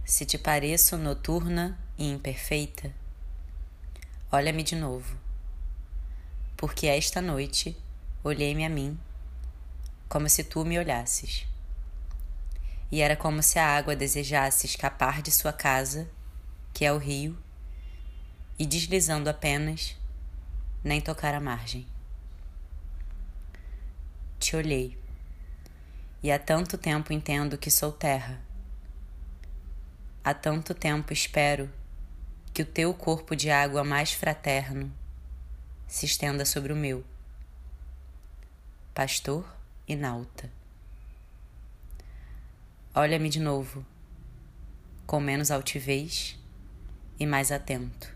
Se te pareço noturna e imperfeita, olha-me de novo, porque esta noite olhei-me a mim como se tu me olhasses. E era como se a água desejasse escapar de sua casa, que é o rio, e deslizando apenas, nem tocar a margem. Te olhei, e há tanto tempo entendo que sou terra. Há tanto tempo espero que o teu corpo de água mais fraterno se estenda sobre o meu. Pastor e nauta. Olha-me de novo, com menos altivez e mais atento.